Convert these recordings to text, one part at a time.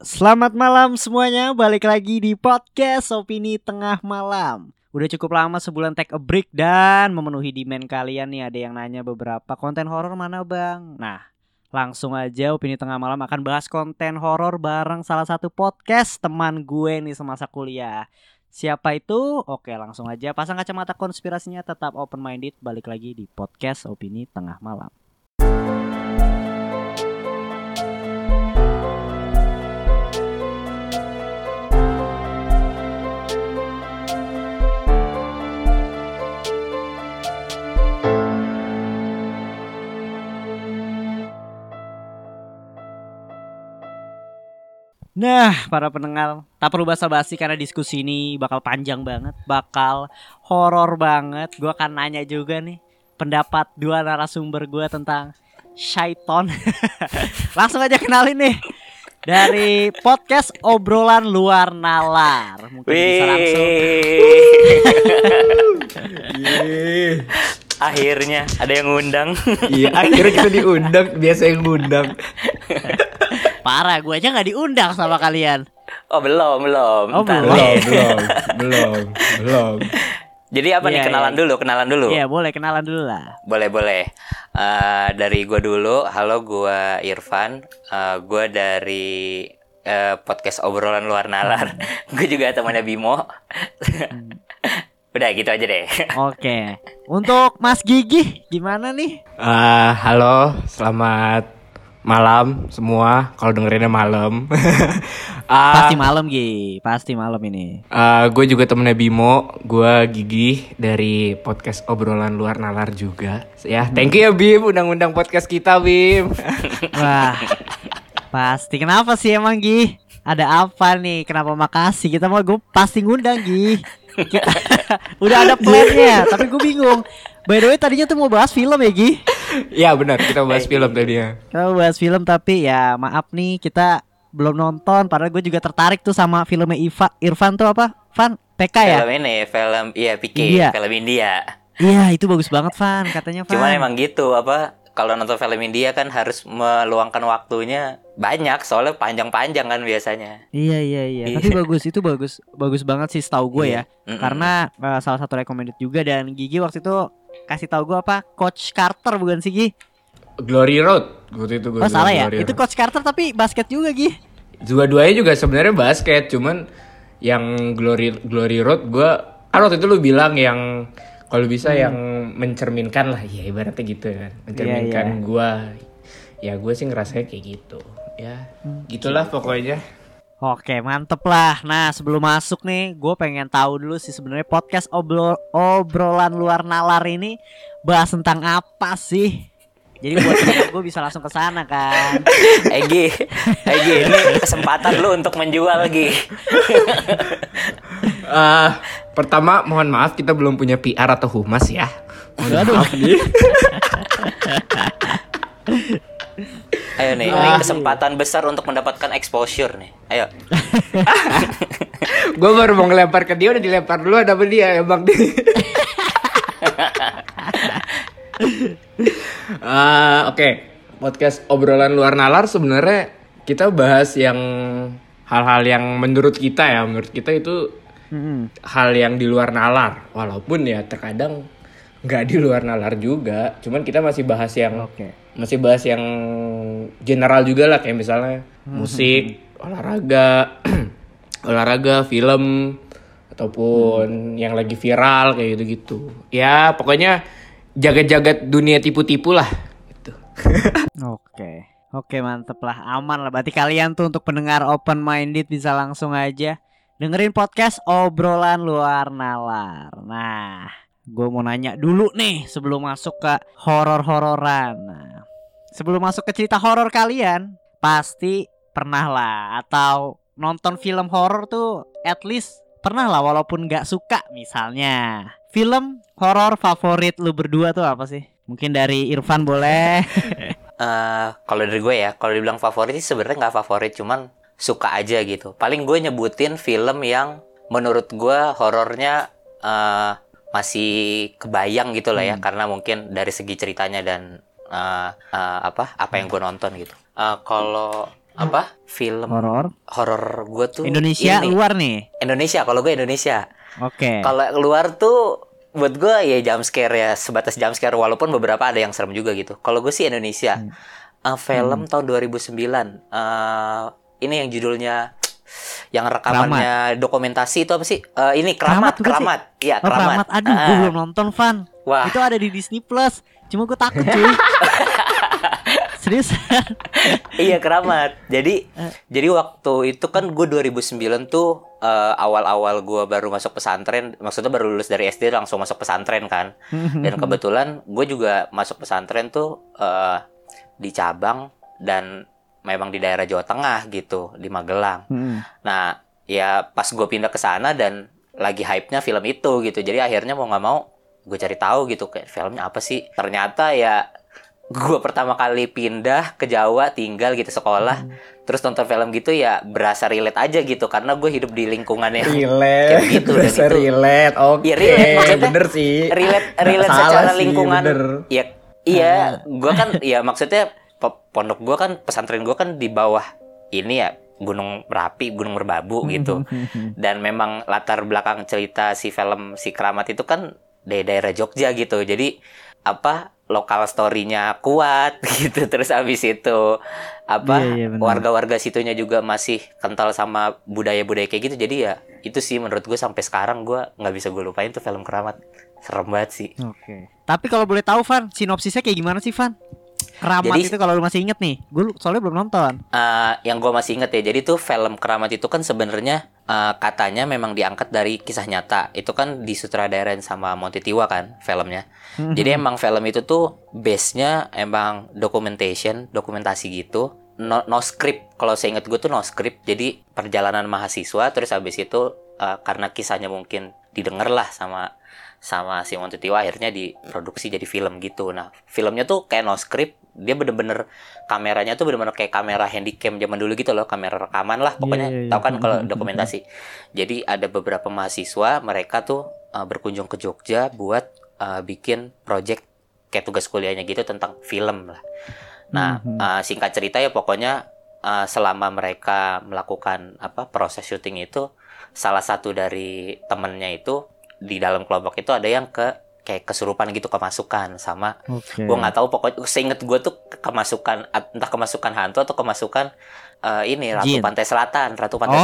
Selamat malam semuanya, balik lagi di podcast Opini Tengah Malam. Udah cukup lama sebulan take a break dan memenuhi demand kalian nih. Ada yang nanya beberapa konten horor mana bang? Nah, langsung aja Opini Tengah Malam akan bahas konten horor bareng salah satu podcast teman gue nih semasa kuliah. Siapa itu? Oke, langsung aja pasang kacamata konspirasinya, tetap open minded. Balik lagi di podcast Opini Tengah Malam. Nah, para pendengar, tak perlu basa-basi karena diskusi ini bakal panjang banget, bakal horor banget. Gue akan nanya juga nih pendapat dua narasumber gue tentang Syaiton. Langsung aja kenalin nih dari podcast Obrolan Luar Nalar. Mungkin bisa langsung. Akhirnya ada yang ngundang. Iya, akhirnya kita diundang. Biasa yang ngundang. Parah, gue aja gak diundang sama kalian. Oh belum. Oh, Ntar belum. nih. Belum. Jadi apa nih, Iya, kenalan dulu. Iya, boleh kenalan dulu lah. Boleh. Dari gue dulu. Halo, gue Irfan. Gue dari podcast Obrolan Luar Nalar. Gue juga temannya Bimo. Udah gitu aja deh. Oke. Untuk Mas Gigi, gimana nih? Halo, selamat malam semua. Kalau dengerinnya malam. Pasti malam Gi, pasti malam ini. Gue juga temennya Bimo. Gue Gigi dari podcast Obrolan Luar Nalar juga. Ya, thank you ya Bim, undang-undang podcast kita Bim. Wah, pasti. Kenapa sih emang Gi? Ada apa nih? Kenapa makasih? Kita mau gue pasti ngundang Gi. Kita udah ada plannya, tapi gue bingung. By the way tadinya tuh mau bahas film ya Gi. Ya benar, kita bahas film tadinya. Kita mau bahas film tapi ya maaf nih kita belum nonton. Padahal gue juga tertarik tuh sama filmnya Irfan tuh apa? Van PK ya? Film PK, India. film India. Iya itu bagus banget Van, katanya Van. Cuman emang gitu, kalau nonton film India kan harus meluangkan waktunya banyak, soalnya panjang-panjang kan biasanya. Iya. Tapi bagus banget sih setahu gue ya. Karena salah satu recommended juga. Dan Gigi waktu itu kasih tahu gue apa? Coach Carter bukan sih Gi? Glory Road. Waktu itu Oh salah ya? Itu Coach Carter tapi basket juga Gi. Dua-duanya juga sebenarnya basket, cuman yang Glory Road gue kan waktu itu lu bilang yang kalau bisa yang mencerminkan lah, ya ibaratnya gitu kan, mencerminkan Iya. gue, ya gue sih ngerasanya kayak gitu, ya gitulah pokoknya. Oke mantep lah. Nah sebelum masuk nih gue pengen tahu dulu sih sebenarnya podcast Obrolan Luar Nalar ini bahas tentang apa sih? Jadi buat gue bisa langsung ke sana kan. Egi, ini kesempatan lu untuk menjual Gi. Pertama mohon maaf kita belum punya PR atau humas ya. Aduh. Ayo nih, ini kesempatan besar untuk mendapatkan exposure nih. Ayo. Gue baru mau ngelempar ke dia, udah dilempar dulu ada dia ya bang. Oke. Podcast Obrolan Luar Nalar sebenarnya kita bahas yang hal-hal yang menurut kita itu hal yang di luar nalar, walaupun ya terkadang nggak di luar nalar juga, cuman kita masih bahas yang general juga lah, kayak misalnya musik, olahraga, film, ataupun yang lagi viral kayak gitu-gitu. Ya pokoknya jagat-jagat dunia tipu-tipu lah gitu. Oke mantep lah, aman lah. Berarti kalian tuh untuk pendengar open minded bisa langsung aja dengerin podcast Obrolan Luar Nalar. Nah, gue mau nanya dulu nih sebelum masuk ke horor-hororan. Nah, sebelum masuk ke cerita horor kalian, pasti pernah lah atau nonton film horor tuh at least pernah lah walaupun gak suka. Misalnya film horor favorit lu berdua tuh apa sih? Mungkin dari Irfan boleh. Kalau dari gue ya, kalau dibilang favorit sih sebenarnya nggak favorit, cuman suka aja gitu. Paling gue nyebutin film yang menurut gue horornya masih kebayang gitu lah ya, karena mungkin dari segi ceritanya dan apa yang gue nonton gitu. Kalau Apa? Film horor gue tuh Indonesia ini. luar nih. Indonesia, kalau gue Indonesia. Oke. Kalau luar tuh buat gue ya jump scare ya, sebatas jump scare, walaupun beberapa ada yang serem juga gitu. Kalau gue sih Indonesia. Film tahun 2009. Ini yang judulnya yang rekamannya dokumentasi itu apa sih? Ini Keramat. Iya, Keramat. Aduh, gue belum nonton, Van. Wah. Itu ada di Disney Plus. Cuma gue takut, cuy. Serius? Iya, Keramat. Jadi waktu itu kan gue 2009 tuh awal-awal gue baru masuk pesantren, maksudnya baru lulus dari SD langsung masuk pesantren kan. Dan kebetulan gue juga masuk pesantren tuh di cabang dan memang di daerah Jawa Tengah gitu, di Magelang. Nah, ya pas gue pindah ke sana dan lagi hype-nya film itu gitu. Jadi akhirnya mau nggak mau gue cari tahu gitu kayak filmnya apa sih. Ternyata ya gue pertama kali pindah ke Jawa tinggal gitu sekolah, terus nonton film gitu ya berasa relate aja gitu karena gue hidup di lingkungan yang kayak gitu. Berasa relate. Oke. Ya, relate maksudnya. Bener sih. Relate Salah secara sih, lingkungan. bener. Ya, iya, gue kan ya maksudnya pondok gue kan, pesantren gue kan di bawah ini ya Gunung Merapi, Gunung Merbabu gitu. Dan memang latar belakang cerita si film si Keramat itu kan dari daerah Jogja gitu. Jadi apa lokal story-nya kuat gitu. Terus abis itu apa warga-warga situnya juga masih kental sama budaya-budaya kayak gitu. Jadi ya itu sih menurut gue sampai sekarang gue nggak bisa gue lupain tuh film Keramat. Serem banget sih. Oke. Tapi kalau boleh tahu, Van, sinopsisnya kayak gimana sih, Van? Keramat jadi, itu kalau lu masih inget nih, gue soalnya belum nonton. Yang gue masih inget ya, jadi tuh film Keramat itu kan sebenarnya katanya memang diangkat dari kisah nyata. Itu kan disutradarain sama Monty Tiwa kan filmnya. Jadi emang film itu tuh base-nya emang dokumentasi gitu. No script, kalau saya inget gue tuh no script. Jadi perjalanan mahasiswa, terus habis itu karena kisahnya mungkin didengar lah sama si Monty Tiwa, akhirnya diproduksi jadi film gitu. Nah, filmnya tuh kayak no script. Dia bener-bener kameranya tuh bener-bener kayak kamera handycam zaman dulu gitu loh, kamera rekaman lah pokoknya. Tahu kan kalau dokumentasi. Jadi ada beberapa mahasiswa, mereka tuh berkunjung ke Jogja buat bikin project kayak tugas kuliahnya gitu tentang film lah. Nah, singkat cerita ya pokoknya selama mereka melakukan proses syuting itu, salah satu dari temennya itu di dalam kelompok itu ada yang kayak kesurupan gitu, kemasukan sama gue nggak tahu, pokoknya seinget gue tuh kemasukan, entah kemasukan hantu atau kemasukan ini Ratu Pantai Selatan.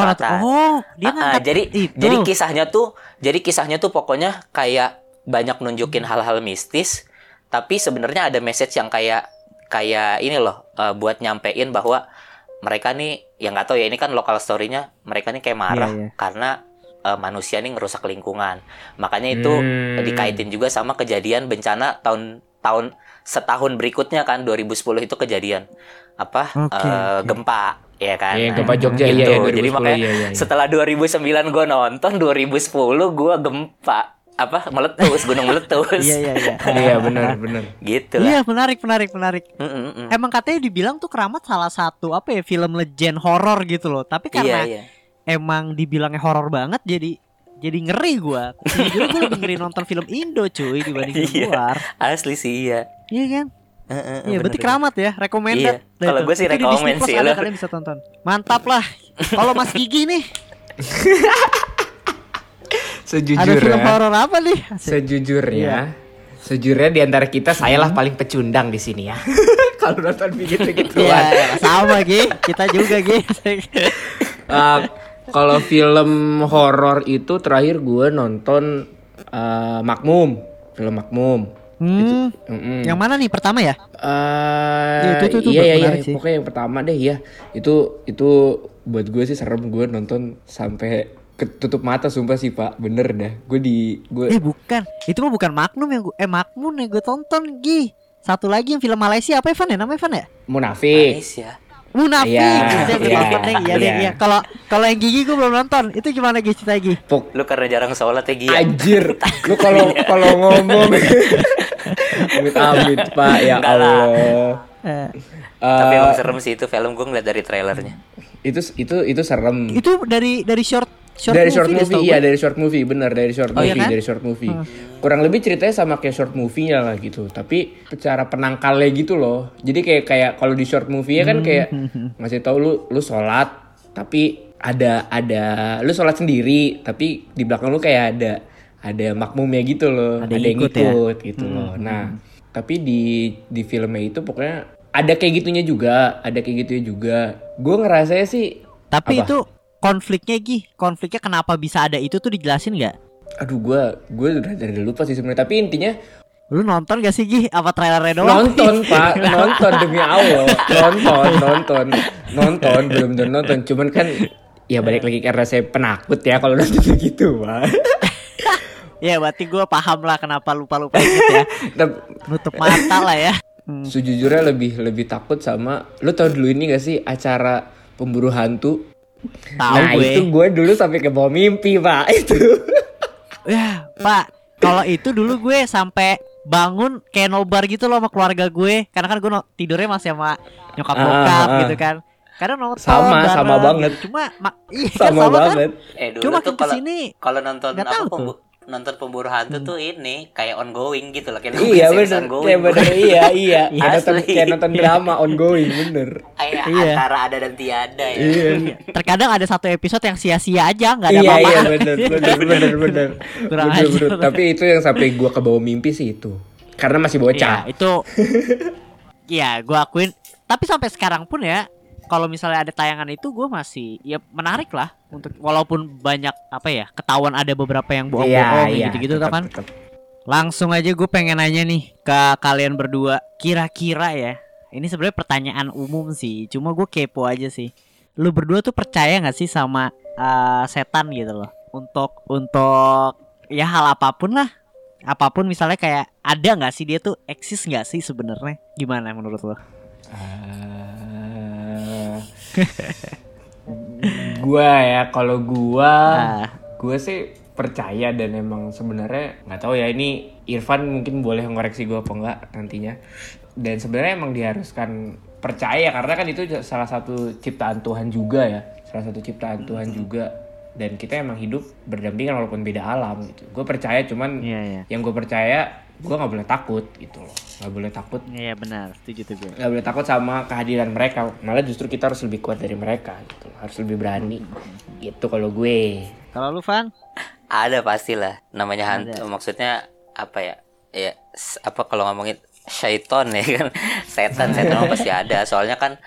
Jadi kisahnya tuh pokoknya kayak banyak nunjukin hal-hal mistis, tapi sebenarnya ada message yang kayak ini loh, buat nyampein bahwa mereka nih, yang nggak tahu ya, ini kan lokal story-nya, mereka nih kayak marah karena manusia nih ngerusak lingkungan. Makanya itu dikaitin juga sama kejadian bencana tahun setahun berikutnya kan, 2010 itu kejadian gempa ya kan. Iya, gempa Jogja gitu. Iya, 2010, jadi makanya setelah 2009 gue nonton, 2010 gue gempa meletus, gunung meletus. Iya, benar. Gitu lah. Iya, menarik. Emang katanya dibilang tuh Keramat salah satu film legend horor gitu loh. Tapi karena emang dibilangnya horor banget, jadi ngeri gue. Sejujurnya gue lebih ngeri nonton film Indo cuy dibanding film luar. Asli sih iya. Iya kan? Iya, berarti Keramat ya, recommended. Kalau gue sih rekomend sih lo. Kalian bisa tonton. Mantap lah. Kalau Mas Gigi nih, ada film horor apa nih? Sejujurnya di antara kita saya lah paling pecundang di sini ya. Kalau nonton begitu-gitu. Iya, sama Gi. Kita juga Gi. Kalau film horor itu terakhir gue nonton film Makmum. Yang mana nih, pertama ya? Iya, pokoknya yang pertama deh ya. Itu buat gue sih serem, gue nonton sampai ketutup mata sumpah sih Pak, bener dah. Bukan, itu mah bukan Magnum yang Makmum yang gue tonton Gi. Satu lagi yang film Malaysia apa Evan ya? Namanya Evan ya? Munafik. Iya. Kalau yang Gigi gue belum nonton. Itu gimana Gi cerita Gi? Lu karena jarang sholat ya Gi. Anjir. Lu kalau ngomong amit Pak, ya Allah. Tapi emang serem sih itu film, gue ngeliat dari trailernya. Itu serem. Itu dari short Dari short deh, movie, setahu iya gue. dari short movie, benar dari short Oh, movie, iya kan? dari short movie. Kurang lebih ceritanya sama kayak short movie-nya lah gitu. Tapi cara penangkalnya gitu loh. Jadi kayak kalau di short movie kan kayak ngasih tahu lu sholat, tapi ada lu sholat sendiri, tapi di belakang lu kayak ada makmumnya gitu loh, Ada yang ikut ya? ikut gitu loh. Nah, tapi di filmnya itu pokoknya ada kayak gitunya juga, Gue ngerasanya sih Tapi apa? itu konfliknya kenapa bisa ada itu tuh dijelasin nggak? Aduh, gue udah dari lupa sih sebenarnya. Tapi intinya Lu nonton gak sih Gi? Apa trailernya doang? nonton Pak, nonton demi Allah, nonton, bener-bener nonton. Cuman kan ya balik lagi karena saya penakut ya kalau nonton gitu, Pak. Ya berarti gue paham lah kenapa lupa-lupa gitu ya. Nutup mata lah ya. Sejujurnya lebih takut sama, lu tau dulu ini gak sih acara pemburu hantu? Tahu Nah gue. itu gue dulu sampai ke bawah mimpi Pak itu. Ya Pak, kalau itu dulu gue sampai bangun kayak nobar gitu loh sama keluarga gue. Karena kan gue tidurnya masih sama nyokap bokap gitu kan. Kadang nonton Sama bareng banget. gitu. Cuma iya, Sama kan? banget. Dulu Cuma tuh makin kesini kalau nonton nggak apa tahu tuh. nonton pemburu hantu tuh ini kayak ongoing gitu loh, kayak Iya series bener, ongoing. kayak bener iya. Asli. Kayak nonton drama ongoing bener. Kayak Iya. antara ada dan tiada ya. Iya. terkadang ada satu episode yang sia-sia aja, nggak ada Iya apa-apa. bener. Kurang Bener. ajar. Tapi itu yang sampai gua ke bawah mimpi sih itu. Karena masih bocah. Iya, itu iya, gue akuin. Tapi sampai sekarang pun ya, kalau misalnya ada tayangan itu gue masih ya menarik lah untuk, walaupun banyak apa ya, ketahuan ada beberapa yang bohong-bohong gitu-gitu tetap, kan. tetap. Langsung aja gue pengen nanya nih ke kalian berdua, kira-kira ya, ini sebenarnya pertanyaan umum sih, cuma gue kepo aja sih. Lu berdua tuh percaya nggak sih sama setan gitu loh? Untuk ya hal apapun lah. Apapun misalnya kayak ada nggak sih dia tuh eksis nggak sih sebenarnya? Gimana menurut lo? Kalau gua Ah. sih percaya dan emang sebenarnya nggak tahu ya, ini Irfan mungkin boleh ngoreksi gua apa enggak nantinya. Dan sebenarnya emang diharuskan percaya karena kan itu salah satu ciptaan Tuhan juga ya, dan kita emang hidup berdampingan walaupun beda alam gitu. Gue percaya, cuman Iya. yang gue percaya gue nggak boleh takut gitu loh, nggak boleh takut. Iya benar, setuju tuh gue. Nggak boleh takut sama kehadiran mereka, malah justru kita harus lebih kuat dari mereka gitu, harus lebih berani gitu kalau gue. Kalau lu Van? Ada pastilah namanya hantu. Maksudnya apa ya? Ya apa kalau ngomongin syaiton ya kan, setan pasti ada. Soalnya kan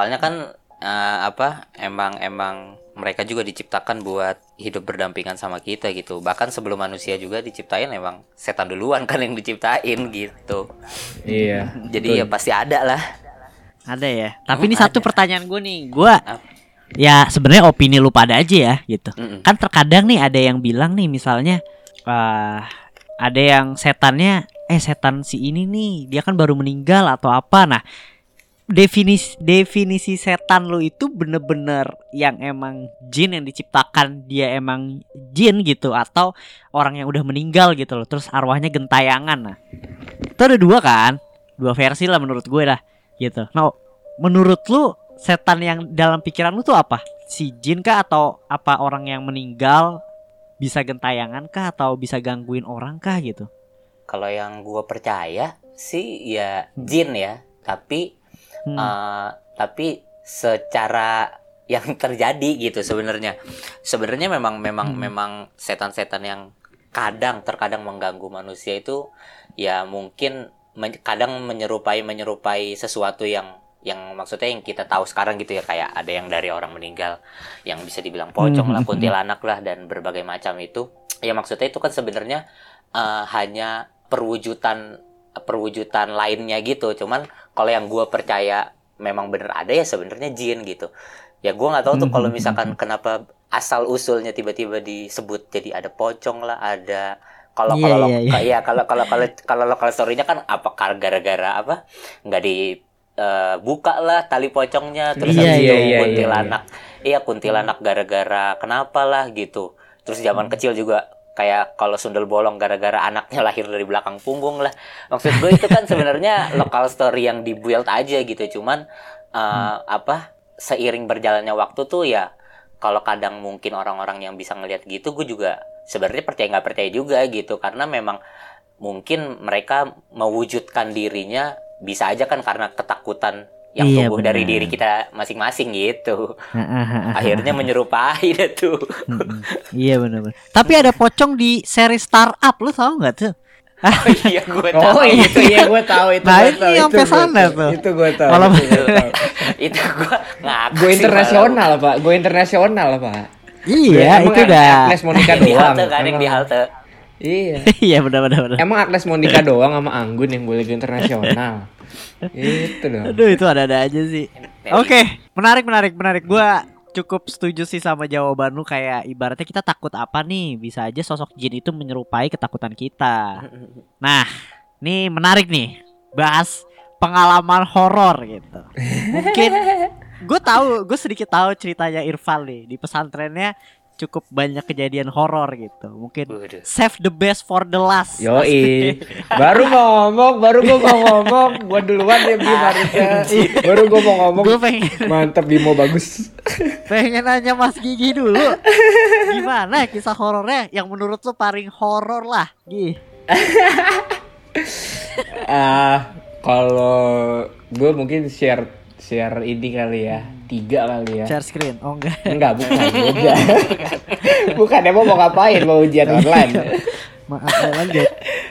emang mereka juga diciptakan buat hidup berdampingan sama kita gitu. Bahkan sebelum manusia juga diciptain emang setan duluan kan yang diciptain gitu. Iya. Jadi ya pasti ada lah. Ada ya. Tapi ini satu pertanyaan gue nih. Gue ya sebenarnya opini lu pada aja ya gitu. Kan terkadang nih ada yang bilang nih misalnya ada yang setannya setan si ini nih dia kan baru meninggal atau apa. Nah, definisi setan lu itu bener-bener yang emang jin yang diciptakan dia emang jin gitu, atau orang yang udah meninggal gitu loh, terus arwahnya gentayangan. Nah, itu ada dua versi lah menurut gue lah gitu. Nah, menurut lu setan yang dalam pikiran lu tuh apa? Si jin kah atau apa orang yang meninggal bisa gentayangan kah atau bisa gangguin orang kah gitu? Kalau yang gue percaya sih ya jin ya, tapi secara yang terjadi gitu sebenarnya memang setan-setan yang terkadang mengganggu manusia itu ya mungkin kadang menyerupai sesuatu yang maksudnya yang kita tahu sekarang gitu ya, kayak ada yang dari orang meninggal yang bisa dibilang pocong lah, kuntilanak lah, dan berbagai macam itu ya. Maksudnya itu kan sebenarnya hanya perwujudan lainnya gitu. Cuman kalau yang gue percaya memang bener ada ya sebenarnya jin gitu. Ya gue nggak tahu tuh kalau misalkan kenapa asal usulnya tiba-tiba disebut jadi ada pocong lah, ada kalau lokal story-nya kan apakah gara-gara apa nggak dibuka lah tali pocongnya, terus habis itu kuntilanak. Iya kuntilanak gara-gara kenapa lah gitu. Terus zaman kecil juga kayak kalau sundel bolong gara-gara anaknya lahir dari belakang punggung lah. Maksud gue itu kan sebenarnya local story yang dibuild aja gitu. Cuman seiring berjalannya waktu tuh ya kalau kadang mungkin orang-orang yang bisa ngelihat gitu, gue juga sebenarnya percaya nggak percaya juga gitu, karena memang mungkin mereka mewujudkan dirinya bisa aja kan karena ketakutan yang Iya, tumbuh dari benar. diri kita masing-masing gitu. Akhirnya menyerupai deh tuh. Iya benar-benar. Tapi ada pocong di seri Startup, lu tahu nggak tuh? Oh iya, gue tahu. Oh itu ya gue tahu itu. Nah, gua ini tahu, sampai itu gua sana tahu. tuh. Itu gue tahu. Malam- itu gua tahu. Itu gue ngakak Gue sih, internasional pak, gue internasional pak. Iya, Emang itu udah. Agnes malah. Monica Yang di doang. halte kan, yang di Emang- halte. Iya. Iya benar-benar. Emang Agnes Monica doang sama Anggun yang boleh ke internasional. Itu dong. Aduh, itu ada-ada aja sih. Oke, menarik. Gua cukup setuju sih sama jawaban lu, kayak ibaratnya kita takut apa nih, bisa aja sosok jin itu menyerupai ketakutan kita. Nah, nih menarik nih, bahas pengalaman horor gitu. Mungkin gue sedikit tahu ceritanya Irfan nih, di pesantrennya cukup banyak kejadian horor gitu. Mungkin Waduh. save the best for the last. Yoi, baru gue mau ngomong, gue duluan ya Bim harusnya. Baru gue mau ngomong, Gue pengen mantep Bimo bagus. pengen nanya Mas Gigi dulu. Gimana kisah horornya yang menurut lu paling horor lah, Gi? Kalau gue mungkin share ini kali ya, 3 kali ya. Share screen. Oh enggak. Enggak, bukan. Beda. Bukan, emang mau ngapain? Mau ujian online. Maaf, ya, lanjut.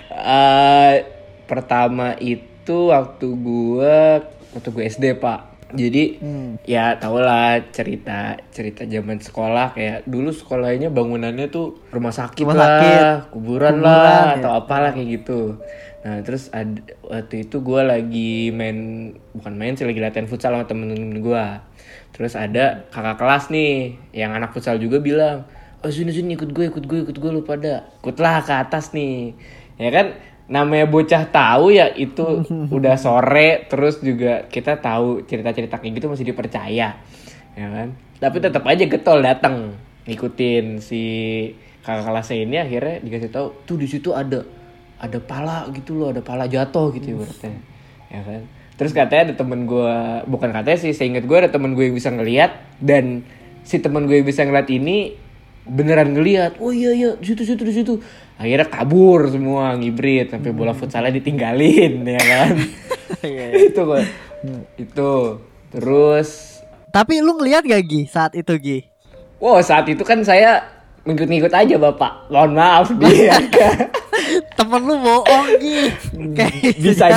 Pertama itu waktu gue SD pak. Jadi ya tau lah cerita zaman sekolah, kayak dulu sekolahnya bangunannya tuh rumah sakit Rumah lah, sakit. kuburan Kuburan, lah, ya. atau apalah kayak gitu. Nah terus waktu itu gue lagi bukan main sih, lagi latihan futsal sama temen-temen gue. Terus ada kakak kelas nih yang anak futsal juga bilang, oh sini ikut gue lu pada. Ikutlah ke atas nih. Ya kan namanya bocah tahu ya, itu udah sore, terus juga kita tahu cerita-cerita kayak gitu masih dipercaya. Ya kan? Tapi tetap aja getol datang ngikutin si kakak kelasnya ini. Akhirnya dikasih tahu tuh di situ ada pala gitu loh, ada pala jatuh gitu ibaratnya. Ya kan? Terus katanya ada temen gue, bukan katanya sih, seingat gue ada temen gue yang bisa ngelihat, dan si temen gue yang bisa ngeliat ini beneran ngelihat. Oh iya di situ. Akhirnya kabur semua, ngibrit sampai bola futsalnya ditinggalin ya kan. Itu kok. Itu. Terus Tapi lu ngeliat gak Gi saat itu, Gi? wow, saat itu kan saya ngikut-ngikut aja Bapak. Mohon maaf dia. Temen lu bohong, Gi. Kayak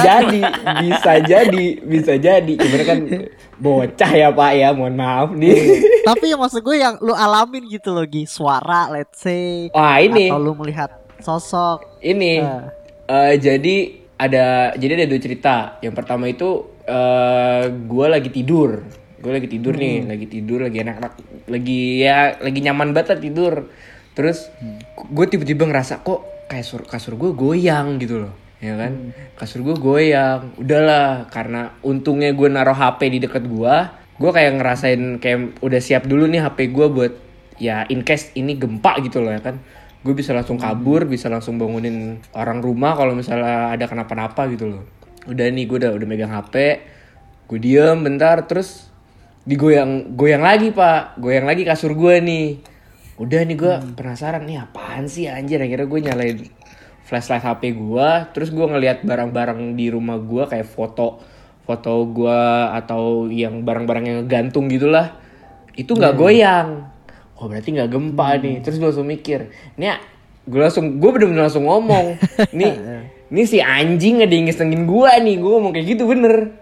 bisa jadi. Sebenarnya kan bocah ya Pak ya, mohon maaf nih. Tapi yang maksud gue yang lu alamin gitu loh, Gi. Suara, let's say. Wah, ini. Atau lu melihat sosok. Ini jadi ada 2 cerita. Yang pertama itu gue lagi tidur nih, lagi enak-enak, lagi nyaman banget lah tidur. Terus gue tiba-tiba ngerasa kok kasur gue goyang gitu loh, ya kan? Kasur gue goyang. Udahlah, karena untungnya gue naruh HP di dekat gue kayak ngerasain kayak udah siap dulu nih HP gue buat ya in case ini gempa gitu loh, ya kan? Gue bisa langsung kabur, bisa langsung bangunin orang rumah kalau misalnya ada kenapa-napa gitu loh. Udah nih, gue udah megang HP, gue diem bentar, terus goyang lagi Pak, goyang lagi kasur gue nih. Udah nih, gue penasaran nih apaan sih anjir. Akhirnya gue nyalain flashlight HP gue, terus gue ngeliat barang-barang di rumah gue kayak foto gue atau yang barang-barang yang gantung gitulah, itu nggak goyang. Oh berarti nggak gempa nih. Terus gue langsung mikir, gue bener-bener langsung ngomong, nih si anjing ada yang ngesengin gue nih. Gue ngomong kayak gitu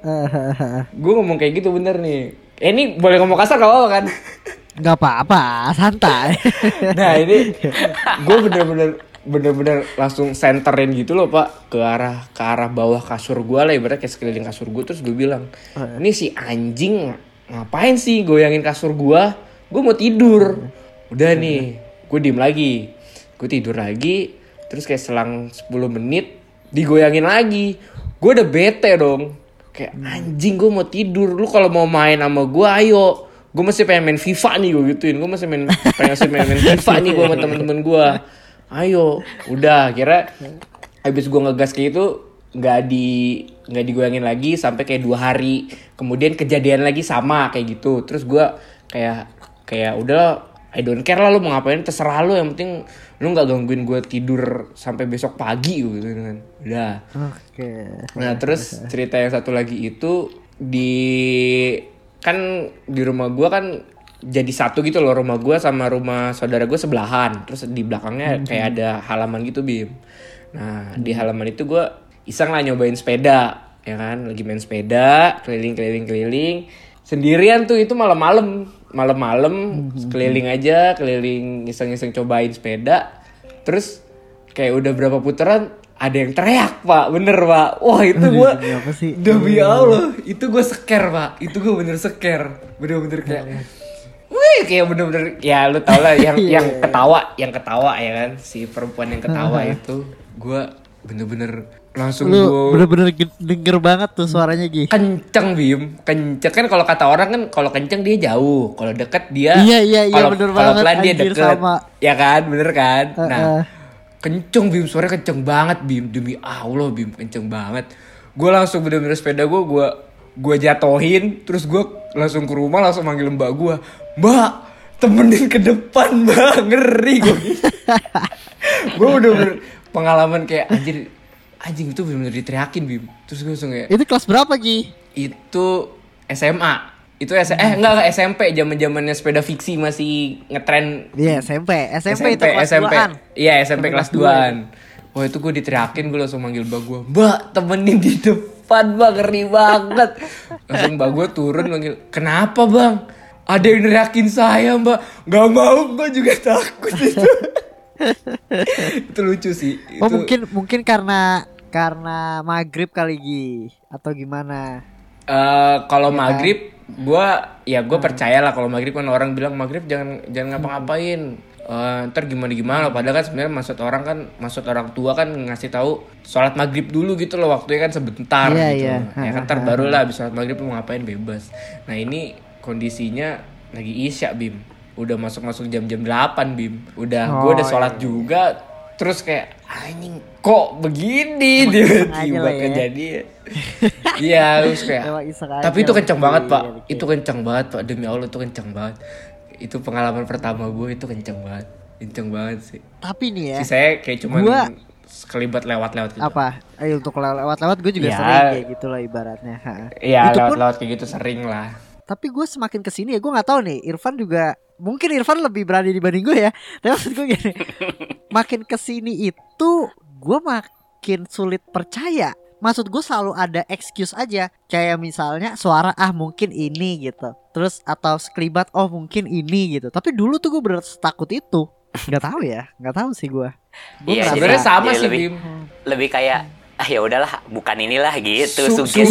bener nih. Ini boleh ngomong kasar gak apa-apa kan? Gak apa-apa, santai. Nah ini gue bener-bener langsung senterin gitu loh Pak, ke arah bawah kasur gue lah, ibaratnya kayak sekeliling kasur gue. Terus gue bilang, ini si anjing ngapain sih goyangin kasur gue mau tidur. Udah nih, gue diem lagi, gue tidur lagi. Terus kayak selang 10 menit digoyangin lagi. Gue udah bete dong, kayak anjing gue mau tidur, lu kalau mau main sama gue ayo. Gue masih pengen main FIFA nih, gue gituin. Gue masih pengen main FIFA nih gue sama temen-temen gue. Ayo, udah. Kira habis gue ngegas kayak itu nggak digoyangin lagi sampai kayak 2 hari. Kemudian kejadian lagi sama kayak gitu. Terus gue kayak kayak udah I don't care lah lu mau ngapain terserah lu, yang penting lu nggak gangguin gue tidur sampai besok pagi gitu kan. Udah. Oke. Nah terus cerita yang satu lagi itu di rumah gue kan jadi satu gitu loh, rumah gue sama rumah saudara gue sebelahan, terus di belakangnya kayak ada halaman gitu Bim. Nah di halaman itu gue iseng lah nyobain sepeda, ya kan, lagi main sepeda keliling sendirian tuh, itu malam-malam keliling iseng-iseng cobain sepeda, terus kayak udah berapa putaran ada yang teriak Pak, bener Pak, wah itu gue demi Allah itu gue seker Pak, itu gue bener seker, bener-bener kayak wih, kayak bener-bener ya lu tau lah yang ketawa ya kan, si perempuan yang ketawa itu gue bener-bener langsung lu bener-bener denger banget tuh suaranya Gi. Kenceng Bim, kenceng kan, kalau kata orang kan kalau kenceng dia jauh, kalau deket dia iya bener kalau banget, pelan dia anjir, deket sama. Ya kan, bener kan. Nah kenceng Bim, suaranya kenceng banget Bim, demi Allah Bim, kenceng banget. Gue langsung bener-bener sepeda gue jatohin, terus gue langsung ke rumah, langsung manggil mbak gue, mbak temenin ke depan mbak, ngeri gue. Gue bener-bener pengalaman kayak anjing itu bener-bener diteriakin Bim. Terus gue langsung kayak, itu kelas berapa Gi? itu SMA. Itu enggak SMP, zaman-zamannya sepeda fiksi masih ngetren. Iya, SMP itu kelas 2-an. Iya, SMP kelas 2-an. Wah, itu gue diteriakin, gue langsung manggil mbak gue, mbak temenin di depan mbak, ngeri banget. Langsung mbak gue turun manggil, kenapa bang? Ada yang neriakin saya mbak. Gak mau, mbak juga takut itu. Itu lucu sih. Oh mungkin karena maghrib kali Gi, atau gimana? Kalau maghrib gue percaya lah, kalau maghrib kan orang bilang maghrib jangan ngapa-ngapain, ntar gimana, padahal kan sebenarnya maksud orang tua kan ngasih tahu sholat maghrib dulu gitu loh, waktunya kan sebentar gitu. Ya kan ntar baru lah abis sholat maghrib mau ngapain bebas. Nah ini kondisinya lagi isya Bim, udah masuk jam 8 Bim, gue udah sholat juga, terus kayak anjing kok begini tiba-tiba kejadian. Iya, terus kayak tapi itu kenceng banget Pak, itu kenceng banget Pak, demi Allah itu kenceng banget. Itu pengalaman pertama gue, itu kenceng banget sih. Tapi nih ya, si saya kayak cuman sekelibat lewat-lewat gitu. Apa? Ayo untuk lewat-lewat gue juga sering kayak gitulah ibaratnya. Iya, lewat-lewat kayak gitu sering lah. Tapi gue semakin kesini ya, gue nggak tahu nih, Irfan juga mungkin Irfan lebih berani dibanding gue ya. Tapi maksud gue gini, makin kesini itu gue makin sulit percaya. Maksud gue selalu ada excuse aja, kayak misalnya suara mungkin ini gitu, terus atau sekelibat mungkin ini gitu. Tapi dulu tuh gue bener takut itu. Nggak tahu sih gue. Iya, sebenarnya sama sih lebih kayak ya udahlah, bukan inilah gitu. Suges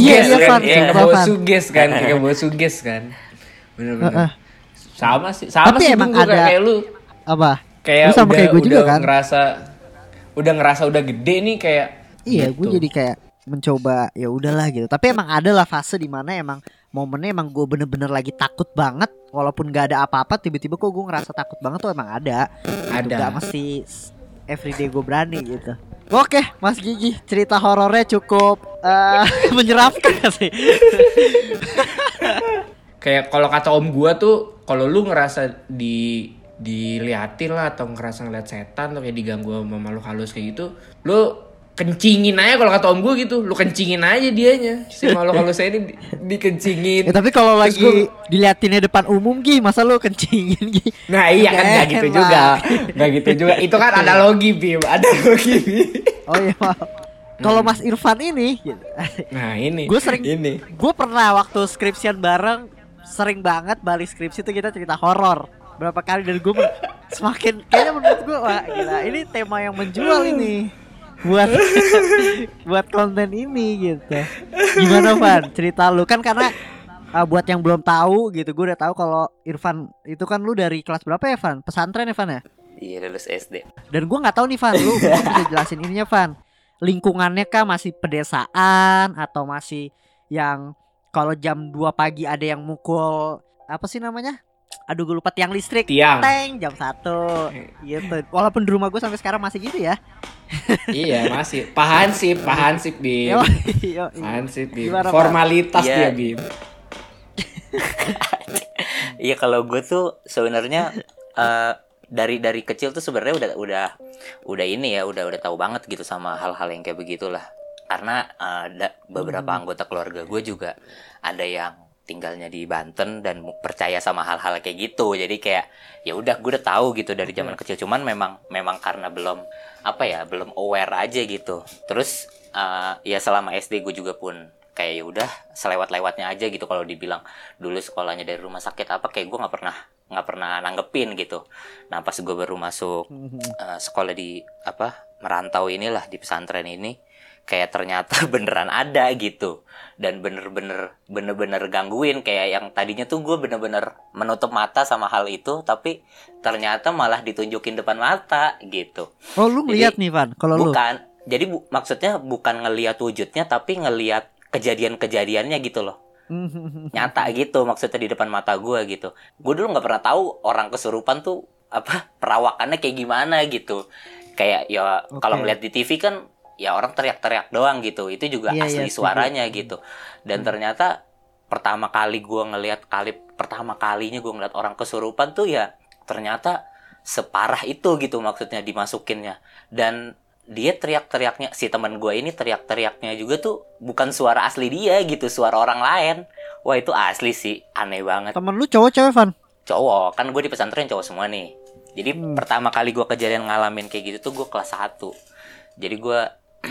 kan, kayak bawa suges kan. Bener-bener. Sama sih. Tapi emang ada kayak lu. Apa? Kayak lu sama kayak gue juga kan. Ngerasa udah gede nih kayak. Iya, gitu. gue jadi kayak mencoba ya udahlah gitu. Tapi emang ada lah fase dimana emang momennya emang gue bener-bener lagi takut banget, walaupun gak ada apa-apa tiba-tiba kok gue ngerasa takut banget tuh emang ada. Gak mesti everyday gue berani gitu. Oke Mas Gigi, cerita horornya cukup menyeramkan sih. Kayak kalau kata om gue tuh, kalau lu ngerasa diliatin lah atau ngerasa ngeliat setan atau kayak diganggu sama makhluk halus kayak gitu, lu kencingin aja. Kalau kata om gue gitu, lu kencingin aja dianya, si makhluk halusnya ini dikencingin. Ya, tapi kalau lagi diliatinnya depan umum Gi, masa lu kencingin Gi? Nah iya kan gak gitu juga. Itu kan ada logi Bim, Oh iya maaf. Kalau Mas Irfan ini gitu. Nah ini Gue pernah waktu skripsian bareng, sering banget balik skripsi tuh kita cerita horor berapa kali, dan gue semakin kayaknya menurut gue wah gila, ini tema yang menjual ini buat konten ini gitu. Gimana Van, cerita lu kan, karena buat yang belum tahu gitu, gue udah tahu kalau Irfan itu kan lu dari kelas berapa ya Van? Pesantren ya Van ya? Iya, lulus SD. Dan gue nggak tahu nih Van, lu bisa jelasin ininya Van, lingkungannya kah masih pedesaan atau masih yang kalau jam 2 pagi ada yang mukul apa sih namanya? Aduh gue lupa, tiang listrik, teng jam 1 gitu. Walaupun di rumah gue sampai sekarang masih gitu ya. Iya masih Pahansip Bim. Pahansip Bim. Formalitas dia Bim. Iya kalau gue tuh sebenarnya dari kecil tuh sebenarnya udah ini ya udah tahu banget gitu sama hal-hal yang kayak begitulah. Karena beberapa anggota keluarga gue juga ada yang tinggalnya di Banten dan percaya sama hal-hal kayak gitu. Jadi kayak ya udah gue udah tahu gitu dari zaman kecil. Cuman memang karena belum belum aware aja gitu. Terus ya selama SD gue juga pun kayak ya udah selewat-lewatnya aja gitu. Kalau dibilang dulu sekolahnya dari rumah sakit apa, kayak gue nggak pernah nanggepin gitu. Nah pas gue baru masuk sekolah di merantau inilah di pesantren ini, kayak ternyata beneran ada gitu. Dan bener-bener gangguin. Kayak yang tadinya tuh gue bener-bener menutup mata sama hal itu, tapi ternyata malah ditunjukin depan mata gitu. Oh lu ngeliat nih Van, kalau lu? Bukan. Jadi maksudnya bukan ngelihat wujudnya, tapi ngelihat kejadian-kejadiannya gitu loh. Nyata gitu maksudnya di depan mata gue gitu. Gue dulu nggak pernah tahu orang kesurupan tuh perawakannya kayak gimana gitu. Kayak ya kalau ngeliat di TV kan ya orang teriak-teriak doang gitu. Itu juga asli suaranya gitu. Dan ternyata pertama kalinya gue ngeliat orang kesurupan tuh ya ternyata separah itu gitu maksudnya dimasukinnya. Dan dia teriak-teriaknya, si teman gue ini teriak-teriaknya juga tuh bukan suara asli dia gitu, suara orang lain. Wah itu asli sih, aneh banget. Temen lu cowok cewek Van? Cowok, kan gue di pesantren cowok semua nih. Jadi pertama kali gue kejadian ngalamin kayak gitu tuh gue kelas 1. Jadi gue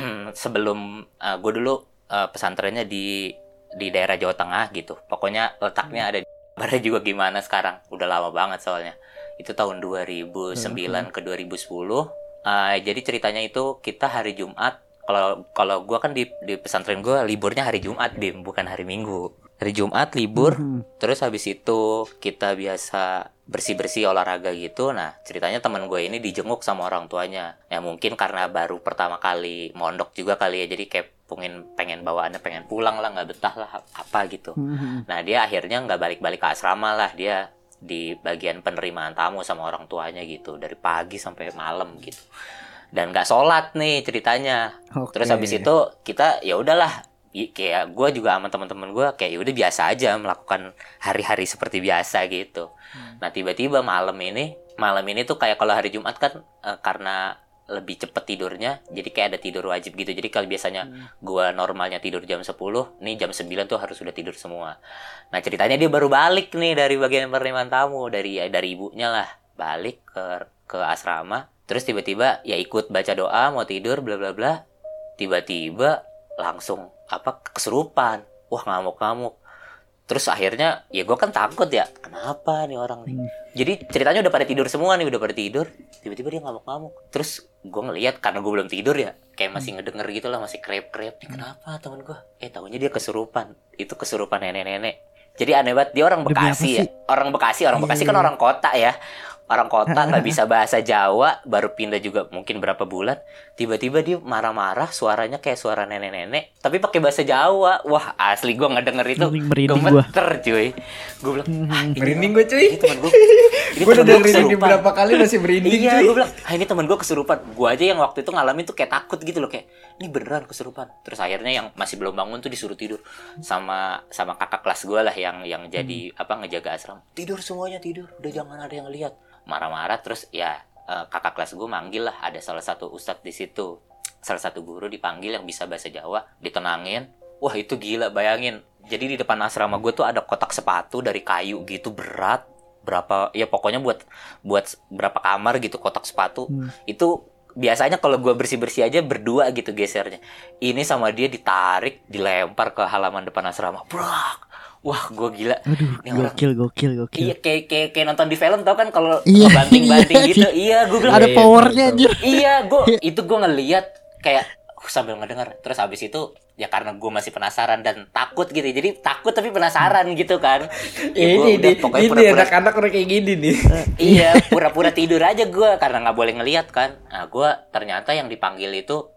sebelum gue dulu pesantrennya di daerah Jawa Tengah gitu. Pokoknya letaknya ada di Barat juga gimana sekarang. Udah lama banget soalnya. Itu tahun 2009 ke 2010. Jadi ceritanya itu kita hari Jumat. Kalau gue kan di pesantren gue liburnya hari Jumat, Bim, bukan hari Minggu. Hari Jumat libur. Terus habis itu kita biasa bersih-bersih olahraga gitu. Nah ceritanya teman gue ini dijenguk sama orang tuanya. Ya mungkin karena baru pertama kali mondok juga kali ya. Jadi kayak pengen bawaannya pengen pulang lah, nggak betah lah apa gitu. Nah dia akhirnya nggak balik-balik ke asrama lah. Dia di bagian penerimaan tamu sama orang tuanya gitu dari pagi sampai malam gitu, dan nggak sholat nih ceritanya. Terus habis itu kita ya udahlah, kayak gue juga sama teman-teman gue kayak ya udah biasa aja melakukan hari-hari seperti biasa gitu. Nah tiba-tiba malam ini tuh kayak kalau hari Jumat kan karena lebih cepet tidurnya, jadi kayak ada tidur wajib gitu. Jadi kalau biasanya gue normalnya tidur jam 10, nih jam 9 tuh harus sudah tidur semua. Nah ceritanya dia baru balik nih dari bagian penerimaan tamu, dari ibunya lah, balik ke asrama. Terus tiba-tiba ya ikut baca doa mau tidur bla bla bla. Tiba-tiba langsung kesurupan. Wah ngamuk-ngamuk. Terus akhirnya ya gue kan takut ya, kenapa nih orang nih. Jadi ceritanya udah pada tidur semua nih, udah pada tidur. Tiba-tiba dia ngamuk-ngamuk. Terus gue ngeliat karena gue belum tidur ya, kayak masih ngedenger gitu lah, masih krep-krep. Kenapa temen gue? Tahunya dia kesurupan. Itu kesurupan nenek-nenek. Jadi aneh banget, dia orang Bekasi ya. Orang Bekasi kan orang kota ya. Orang kota nggak bisa bahasa Jawa, baru pindah juga mungkin berapa bulan. Tiba-tiba dia marah-marah, suaranya kayak suara nenek-nenek, tapi pakai bahasa Jawa. Wah asli gue ngedenger itu gemeter cuy. Gue bilang merinding gue cuy. Ini temen gue. Gue udah dengerin beberapa kali masih merinding cuy. Iya gue bilang ini temen gue kesurupan. Gue aja yang waktu itu ngalamin tuh kayak takut gitu loh, kayak ini beneran kesurupan. Terus akhirnya yang masih belum bangun tuh disuruh tidur sama kakak kelas gue lah yang jadi ngejaga asrama. Tidur semuanya, tidur, udah jangan ada yang lihat. Marah-marah. Terus ya kakak kelas gue manggil lah, ada salah satu ustadz di situ, salah satu guru dipanggil yang bisa bahasa Jawa, ditenangin. Wah itu gila, bayangin. Jadi di depan asrama gue tuh ada kotak sepatu dari kayu gitu, berat berapa ya, pokoknya buat berapa kamar gitu kotak sepatu. Itu biasanya kalau gue bersih aja berdua gitu gesernya. Ini sama dia ditarik, dilempar ke halaman depan asrama. Brak. Wah, gue gila. Aduh, gokil. Iya, kayak nonton di film, tau kan kalau banting-banting gitu. Iya, gue bilang ada powernya anjir. Iya, itu gue ngeliat kayak sambil ngedengar. Terus habis itu ya karena gue masih penasaran dan takut gitu. Jadi takut tapi penasaran gitu kan. Ini anak-anak udah kayak gini nih. Iya, pura-pura tidur aja gue karena nggak boleh ngeliat kan. Nah, gue ternyata yang dipanggil itu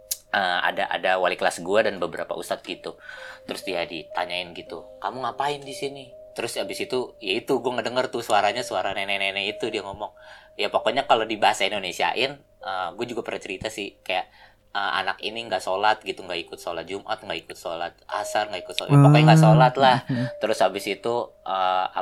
ada wali kelas gue dan beberapa ustadz gitu. Terus dia ditanyain gitu, kamu ngapain di sini? Terus abis itu ya itu gue ngedenger tuh suaranya suara nenek-nenek itu, dia ngomong ya pokoknya kalau di bahasa Indonesiain, gue juga pernah cerita sih kayak anak ini nggak sholat gitu, nggak ikut sholat Jumat, nggak ikut sholat asar, nggak ikut sholat, pokoknya nggak sholat lah. Terus abis itu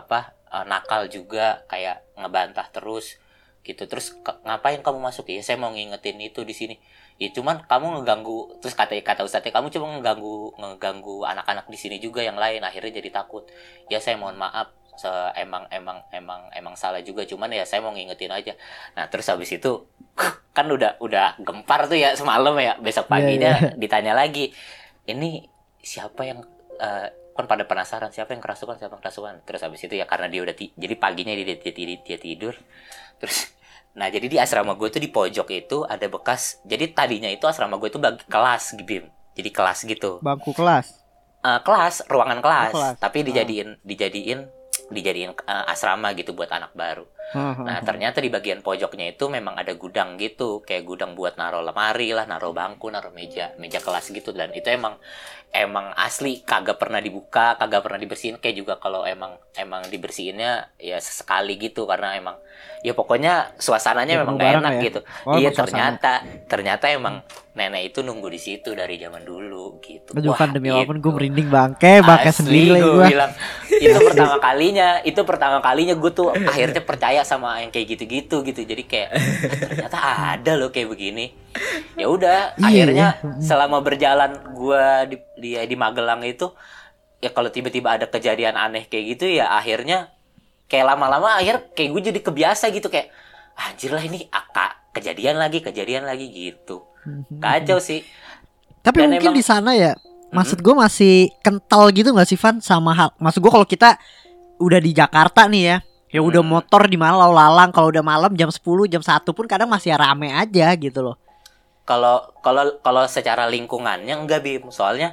nakal juga, kayak ngebantah terus gitu. Terus ngapain kamu masuk? Ya saya mau ngingetin itu di sini. Ya cuman kamu ngeganggu, terus kata ustadznya, kamu cuma ngeganggu anak-anak di sini juga yang lain, akhirnya jadi takut. Ya saya mohon maaf, emang salah juga, cuman ya saya mau ngingetin aja. Nah terus habis itu kan udah gempar tuh ya semalam ya. Besok paginya ditanya lagi, ini siapa yang kan pada penasaran siapa yang kerasukan. Terus habis itu ya karena dia udah jadi paginya dia tidur. Terus nah jadi di asrama gue tuh di pojok itu ada bekas. Jadi tadinya itu asrama gue tuh bagi kelas, Bim. Jadi kelas gitu. Bangku kelas. Ruangan kelas. Tapi dijadiin asrama gitu buat anak baru. Nah ternyata di bagian pojoknya itu memang ada gudang gitu, kayak gudang buat naruh lemari lah, naruh bangku, naruh meja kelas gitu. Dan itu emang asli kagak pernah dibuka, kagak pernah dibersihin. Kayak juga kalau emang dibersihinnya ya sesekali gitu, karena emang ya pokoknya suasananya memang gak enak gitu. Iya ternyata emang nenek itu nunggu di situ dari zaman dulu gitu. Aduh kan demi apapun gue merinding bangke sendiri gue bilang. Itu pertama kalinya gue tuh akhirnya percaya sama yang kayak gitu. Jadi kayak ternyata ada loh kayak begini. Ya udah, akhirnya selama berjalan gue di Magelang itu, ya kalau tiba-tiba ada kejadian aneh kayak gitu ya akhirnya kayak lama-lama kayak gue jadi kebiasa gitu, kayak anjir lah ini kejadian lagi gitu. Kacau sih. Tapi dan mungkin di sana ya, maksud gue masih kental gitu nggak sih Van sama hal. Maksud gue kalau kita udah di Jakarta nih ya udah motor di mana lalang, kalau udah malam jam 10 jam 1 pun kadang masih rame aja gitu loh. Kalau secara lingkungannya enggak, Bim. Soalnya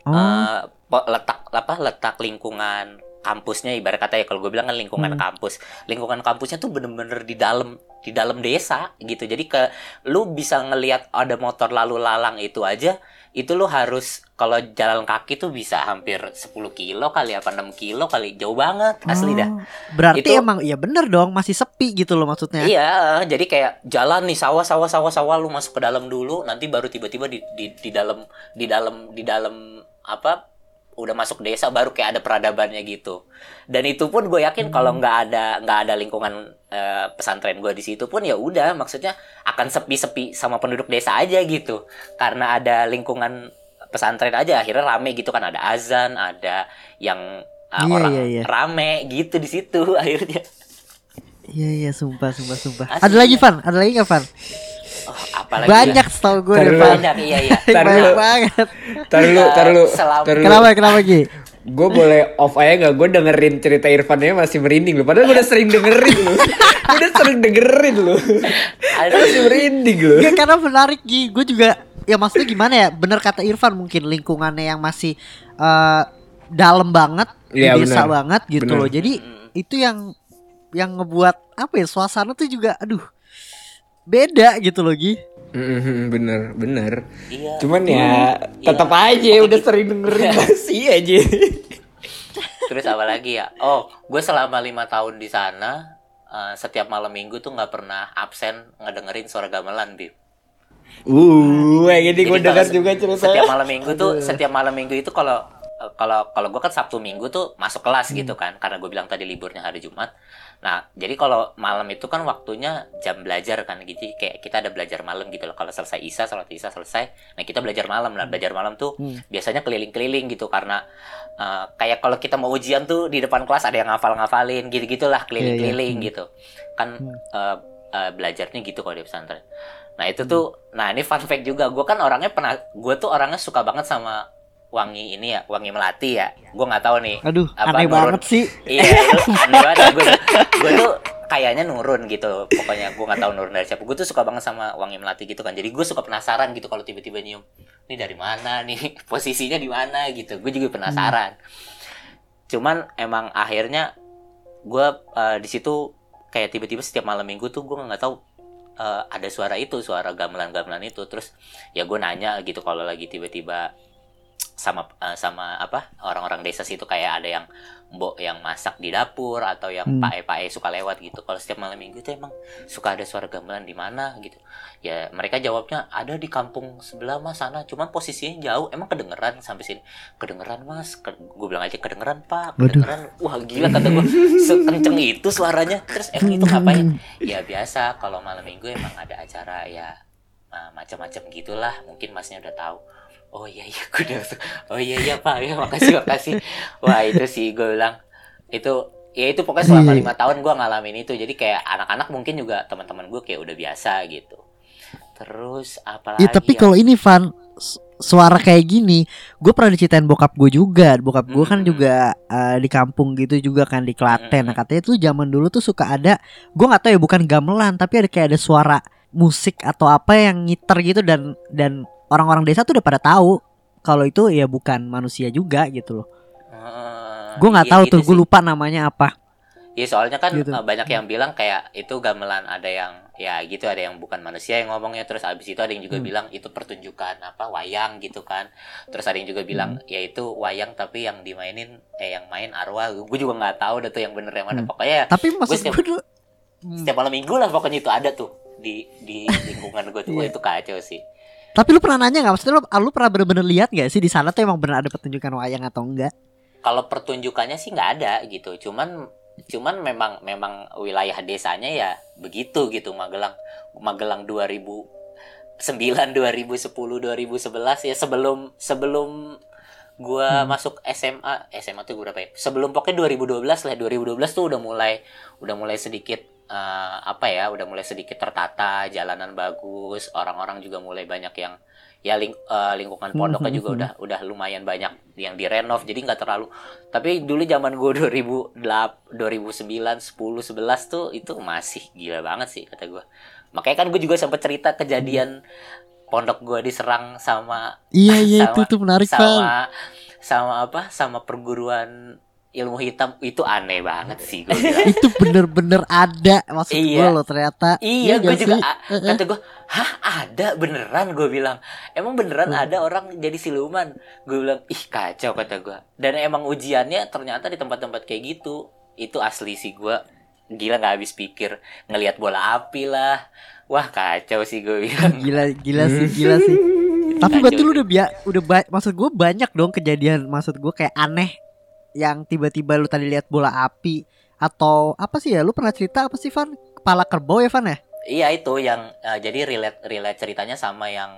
letak lingkungan kampusnya, ibarat kata ya, kalau gue bilang kan lingkungan kampusnya tuh bener-bener di dalam desa gitu. Jadi lu bisa ngelihat ada motor lalu lalang itu aja, itu lu harus kalau jalan kaki tuh bisa hampir 10 kilo kali apa 6 kilo kali, jauh banget asli dah. Berarti itu, emang ya bener dong, masih sepi gitu loh maksudnya. Iya, jadi kayak jalan nih sawah lu masuk ke dalam dulu, nanti baru tiba-tiba di dalam apa udah masuk desa, baru kayak ada peradabannya gitu. Dan itu pun gue yakin kalau nggak ada lingkungan pesantren gue di situ pun ya udah, maksudnya akan sepi sama penduduk desa aja gitu. Karena ada lingkungan pesantren aja akhirnya rame gitu kan, ada azan, ada yang orang rame gitu di situ akhirnya. Iya sumpah. Asli, ada lagi Van? Ada lagi nggak Van? Apalagi banyak setahu gue deh, banyak iya banyak banget. Tar lu. Kenapa Gi? Gue boleh off aja nggak? Gue dengerin cerita Irfannya masih merinding lu. Padahal gue udah sering dengerin lu. Masih merinding lu. Gak, karena menarik Gi. Gue juga ya maksudnya gimana ya? Bener kata Irfan, mungkin lingkungannya yang masih dalam banget, desa banget gitu loh. Jadi itu yang ngebuat apa ya, suasana tuh juga beda gitu loh Gi. Bener. Iya. Cuman ya tetap aja udah sering dengerin masih aja. Terus apa lagi ya? Gue selama 5 tahun di sana, setiap malam minggu tuh nggak pernah absen ngedengerin suara gamelan, Bib. Jadi gue dengar juga cerita. Setiap malam minggu itu kalau gue kan Sabtu Minggu tuh masuk kelas gitu kan, karena gue bilang tadi liburnya hari Jumat. Nah jadi kalau malam itu kan waktunya jam belajar kan gitu, kayak kita ada belajar malam gitu loh. Kalau selesai sholat isya selesai, nah kita belajar malam. Nah belajar malam tuh biasanya keliling-keliling gitu, karena kayak kalau kita mau ujian tuh di depan kelas ada yang ngafalin gitu-gitulah, keliling-keliling gitu kan. Belajarnya gitu kalau di pesantren. Nah itu tuh, nah ini fun fact juga, gue tuh orangnya suka banget sama wangi melati ya. Gue nggak tahu nih. Aduh, aneh banget sih. Iya, itu aneh banget. Gue tuh kayaknya nurun gitu. Pokoknya gue nggak tahu nurun dari siapa. Gue tuh suka banget sama wangi melati gitu kan. Jadi gue suka penasaran gitu kalau tiba-tiba nyium. Ini dari mana nih? Posisinya di mana gitu. Gue juga penasaran. Cuman emang akhirnya gue di situ kayak tiba-tiba setiap malam minggu tuh gue nggak tahu ada suara gamelan itu. Terus ya gue nanya gitu kalau lagi tiba-tiba sama apa orang-orang desa situ, kayak ada yang mbok yang masak di dapur atau yang pae-pae suka lewat gitu. Kalau setiap malam minggu itu emang suka ada suara gamelan di mana gitu. Ya mereka jawabnya ada di kampung sebelah mas sana, cuman posisinya jauh. Emang kedengeran sampai sini? Kedengeran mas. Gue bilang aja kedengeran pak, kedengeran. Wah gila kata gue, sekenceng itu suaranya. Terus emang itu ngapain? Ya biasa kalau malam minggu emang ada acara ya macam-macam gitulah. Mungkin masnya udah tahu. Oh iya gue udah. Oh iya pak ya, makasih. Wah itu sih gue bilang itu pokoknya selama 5 tahun gue ngalamin itu. Jadi kayak anak-anak mungkin juga teman-teman gue kayak udah biasa gitu. Terus apalagi tapi kalau ini Van, suara kayak gini gue pernah diceritain bokap gue juga. Bokap gue kan juga di kampung gitu juga kan, di Klaten. Nah katanya tuh zaman dulu tuh suka ada, gue nggak tahu ya, bukan gamelan tapi ada kayak ada suara musik atau apa yang ngiter gitu, dan orang-orang desa tuh udah pada tahu kalau itu ya bukan manusia juga gitu loh. Gue nggak tahu gitu tuh, gue lupa namanya apa. Iya soalnya kan gitu. Banyak yang bilang kayak itu gamelan, ada yang ya gitu, ada yang bukan manusia yang ngomongnya. Terus abis itu ada yang juga bilang itu pertunjukan apa wayang gitu kan. Terus ada yang juga bilang ya itu wayang tapi yang dimainin yang main arwah. Gue juga nggak tahu dah tuh yang bener yang mana. Pokoknya tapi maksud gue setiap malam minggu lah pokoknya itu ada tuh di lingkungan gue tuh. Itu kacau sih. Tapi lu pernah nanya nggak, maksudnya lu pernah bener-bener lihat nggak sih di sana tuh emang bener ada pertunjukan wayang atau enggak? Kalau pertunjukannya sih nggak ada gitu, cuman memang wilayah desanya ya begitu gitu. Magelang 2009, 2010, 2011 ya, sebelum gua masuk SMA tuh berapa ya? Sebelum pokoknya 2012 lah, 2012 tuh udah mulai sedikit udah mulai sedikit tertata, jalanan bagus, orang-orang juga mulai banyak yang ya lingkungan pondoknya juga udah lumayan banyak yang direnov, jadi nggak terlalu. Tapi dulu zaman gue 2009, 10, 11 tuh itu masih gila banget sih kata gue. Makanya kan gue juga sempat cerita kejadian pondok gue diserang sama itu menarik sama perguruan ilmu hitam. Itu aneh banget sih gue bilang. Itu bener-bener ada, maksud gue loh ternyata. Iya gue juga kata gue, hah ada beneran? Gue bilang emang beneran ada orang jadi siluman? Gue bilang ih kacau kata gue. Dan emang ujiannya ternyata di tempat-tempat kayak gitu. Itu asli sih, gue gila nggak habis pikir. Ngelihat bola api lah, wah kacau sih gue bilang. Gila sih. Tapi berarti lu maksud gue banyak dong kejadian, maksud gue kayak aneh yang tiba-tiba lu tadi lihat bola api atau apa sih ya? Lu pernah cerita apa sih Van? Kepala kerbau ya Van ya? Iya itu yang jadi relate ceritanya sama yang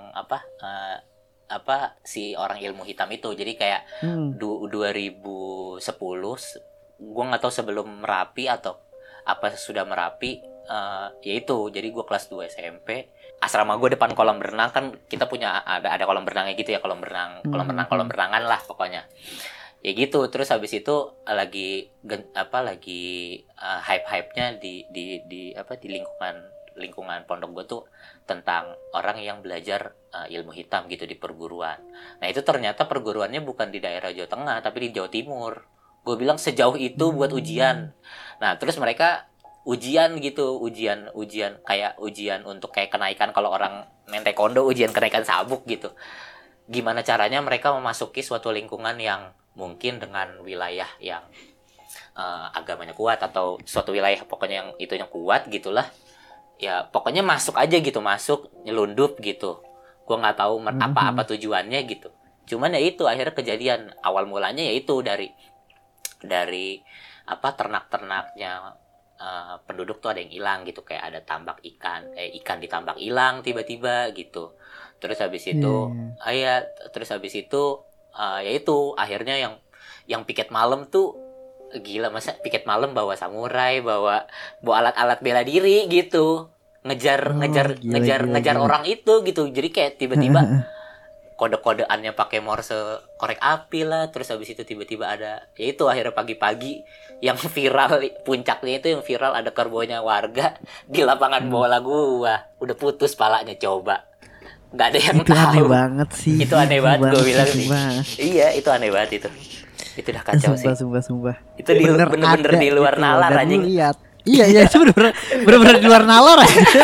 si orang ilmu hitam itu. Jadi kayak 2010, gua nggak tahu sebelum Merapi atau apa sesudah Merapi, ya itu. Jadi gua kelas 2 SMP. Asrama gue depan kolam renang kan, kita punya ada kolam renangnya gitu ya, kolam berenangan lah pokoknya. Ya gitu. Terus habis itu lagi hype-hype-nya di lingkungan pondok gue tuh tentang orang yang belajar ilmu hitam gitu di perguruan. Nah itu ternyata perguruannya bukan di daerah Jawa Tengah tapi di Jawa Timur. Gue bilang sejauh itu buat ujian. Nah terus mereka ujian kayak ujian untuk kayak kenaikan, kalau orang main taekwondo ujian kenaikan sabuk gitu. Gimana caranya mereka memasuki suatu lingkungan yang mungkin dengan wilayah yang agamanya kuat atau suatu wilayah pokoknya yang itunya kuat gitulah. Ya pokoknya masuk aja gitu, masuk nyelundup gitu. Gua nggak tahu apa tujuannya gitu. Cuman ya itu akhirnya kejadian. Awal mulanya ya itu dari ternak-ternaknya penduduk tuh ada yang hilang gitu, kayak ada tambak ikan ditambak hilang tiba-tiba gitu. Terus habis itu ya itu akhirnya yang piket malam tuh gila, masa piket malam bawa samurai, bawa alat-alat bela diri gitu, ngejar orang itu gitu. Jadi kayak tiba-tiba kode-kodeannya pakai morse korek api lah. Terus habis itu tiba-tiba ada, ya itu akhirnya pagi-pagi yang viral, puncaknya itu yang viral ada kerbonya warga di lapangan bola gua, udah putus palanya coba. Nggak ada yang itu tahu. Aneh banget sih. Itu aneh banget gue bilang sih. Iya itu aneh banget itu. Itu udah kacau sih. Sumpah. Itu bener-bener di luar gitu, nalar anjing. Iya itu bener-bener di luar nalar aja.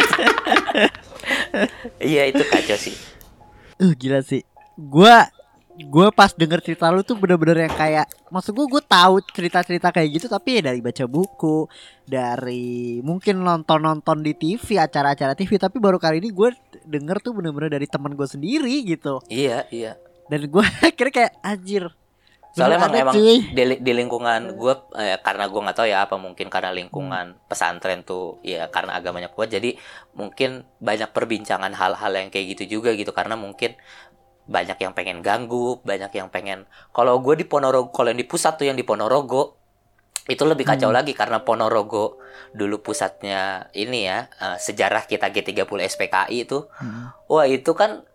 Iya itu kacau sih. Gila sih. Gua gue pas denger cerita lu tuh bener-bener yang kayak, maksud gue tahu cerita-cerita kayak gitu, tapi ya dari baca buku, dari mungkin nonton-nonton di TV, acara-acara TV, tapi baru kali ini gue denger tuh bener-bener dari teman gue sendiri gitu. Iya. Dan gue akhirnya kayak anjir. Soalnya bener emang ada, cuy. di lingkungan gue, karena gue nggak tahu ya apa, mungkin karena lingkungan pesantren tuh ya karena agamanya kuat, jadi mungkin banyak perbincangan hal-hal yang kayak gitu juga gitu, karena mungkin banyak yang pengen ganggu, banyak yang pengen. Kalau gue di Ponorogo, kalau yang di pusat tuh, yang di Ponorogo itu lebih kacau lagi, karena Ponorogo dulu pusatnya ini ya, sejarah kita G30 SPKI itu. Wah, itu kan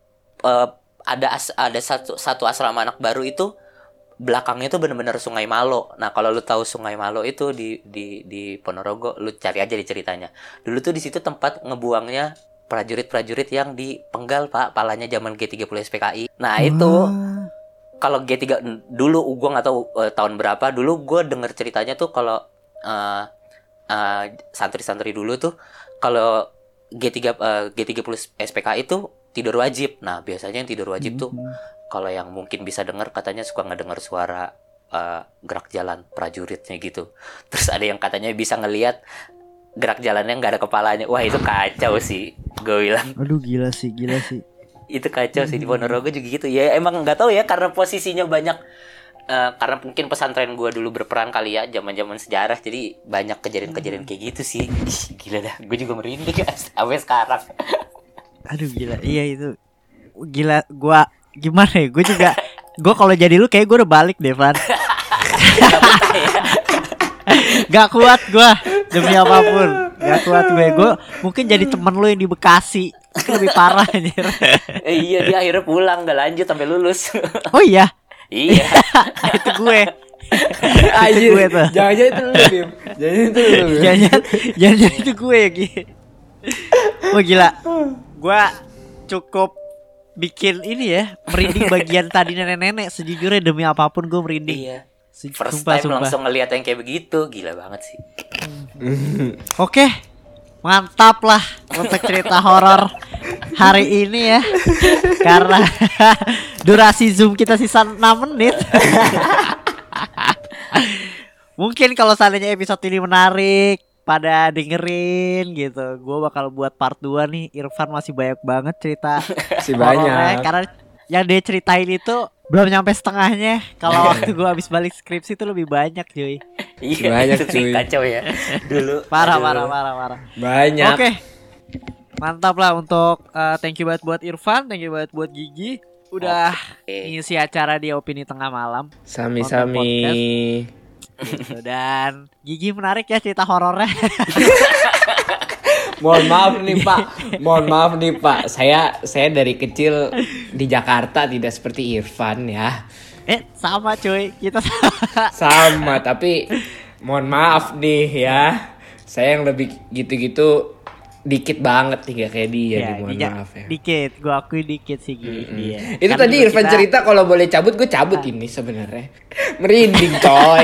ada satu asrama anak baru itu, belakangnya itu benar-benar Sungai Malo. Nah, kalau lu tahu Sungai Malo itu di Ponorogo, lu cari aja di ceritanya. Dulu tuh di situ tempat ngebuangnya prajurit-prajurit yang dipenggal, Pak, palanya zaman G30 SPKI. Nah, itu kalau G3 dulu gue nggak tahu tahun berapa, dulu gue denger ceritanya tuh kalau santri-santri dulu tuh kalau G30 SPKI itu tidur wajib. Nah, biasanya yang tidur wajib tuh kalau yang mungkin bisa denger, katanya suka ngedenger suara gerak jalan prajuritnya gitu. Terus ada yang katanya bisa ngelihat gerak jalannya nggak ada kepalanya. Wah, itu kacau sih, gue bilang. Aduh, gila sih. Itu kacau sih. Di Ponorogo juga gitu ya, emang nggak tahu ya, karena posisinya banyak, karena mungkin pesantren gue dulu berperan kali ya, zaman sejarah, jadi banyak kejadian-kejadian kayak gitu sih. Gila dah, gue juga merinding sampai sekarang. Aduh, gila. Iya itu gila. Gue gimana ya, gue kalau jadi lu kayak gue udah balik deh, Van. Gak kuat gue, demi apapun. Gak kuat gue mungkin jadi temen lu yang di Bekasi, itu lebih parah anjir. Iya, dia akhirnya pulang, gak lanjut sampai lulus. Oh iya. Iya. Itu gue. Anjir, Itu gue tuh. jangan-jangan itu lu, Bim. Jangan itu gue ya, Gi. Wah, gila. Gue cukup bikin ini ya, merinding bagian tadi nenek-nenek. Sejujurnya demi apapun gue merinding. Iya. First time langsung ngeliat yang kayak begitu, gila banget sih. Oke, mantap lah untuk cerita horor hari ini ya. Karena durasi Zoom kita sisa 6 menit. Mungkin kalau seandainya episode ini menarik, pada dengerin gitu, gue bakal buat part 2 nih. Irfan masih banyak banget cerita. Masih banyak. Karena yang dia ceritain itu belum nyampe setengahnya. Kalau waktu gue habis balik skripsi itu lebih banyak, cuy. Iya, banyak, itu sih cuy. kacau ya. Dulu. Parah. Banyak. Oke. Mantap lah untuk thank you banget buat Irfan, thank you banget buat Gigi udah ngisi acara di Opini Tengah Malam. Sami-sami. Gitu. Dan Gigi menarik ya cerita horornya. Mohon maaf nih Pak. Saya dari kecil di Jakarta tidak seperti Irfan ya. Sama cuy, kita sama. Tapi mohon maaf nih ya, saya yang lebih gitu-gitu dikit banget nih, gak kayak dia nih, mohon maaf ya. Dikit, gue akui dikit sih dia. Itu kan tadi Irfan cerita kalau boleh cabut, gue cabut ini sebenarnya. Merinding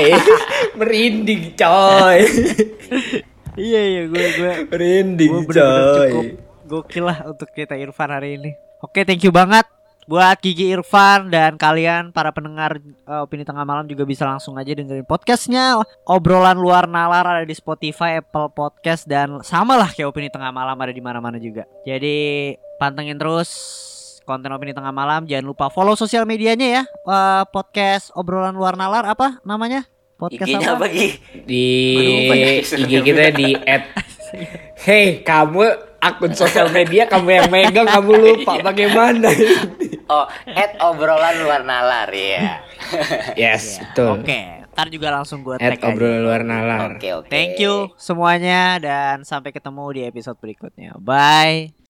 coy. Iya gue merinding gue bener-bener cukup gokil lah untuk cerita Irfan hari ini. Oke, thank you banget buat Gigi, Irfan, dan kalian para pendengar Opini Tengah Malam juga bisa langsung aja dengerin podcastnya Obrolan Luar Nalar, ada di Spotify, Apple Podcast, dan sama lah kayak Opini Tengah Malam ada di mana-mana juga. Jadi pantengin terus konten Opini Tengah Malam. Jangan lupa follow sosial medianya ya, podcast Obrolan Luar Nalar, apa namanya? Podcast IG-nya apa, Gi? Di IG kita di @hey, kamu akun sosial media kamu yang megang, kamu lupa bagaimana ini? @obrolan luar nalar ya. Yes, betul. Oke, ntar juga langsung gue tag aja. @obrolan luar nalar. Oke. Thank you semuanya dan sampai ketemu di episode berikutnya. Bye.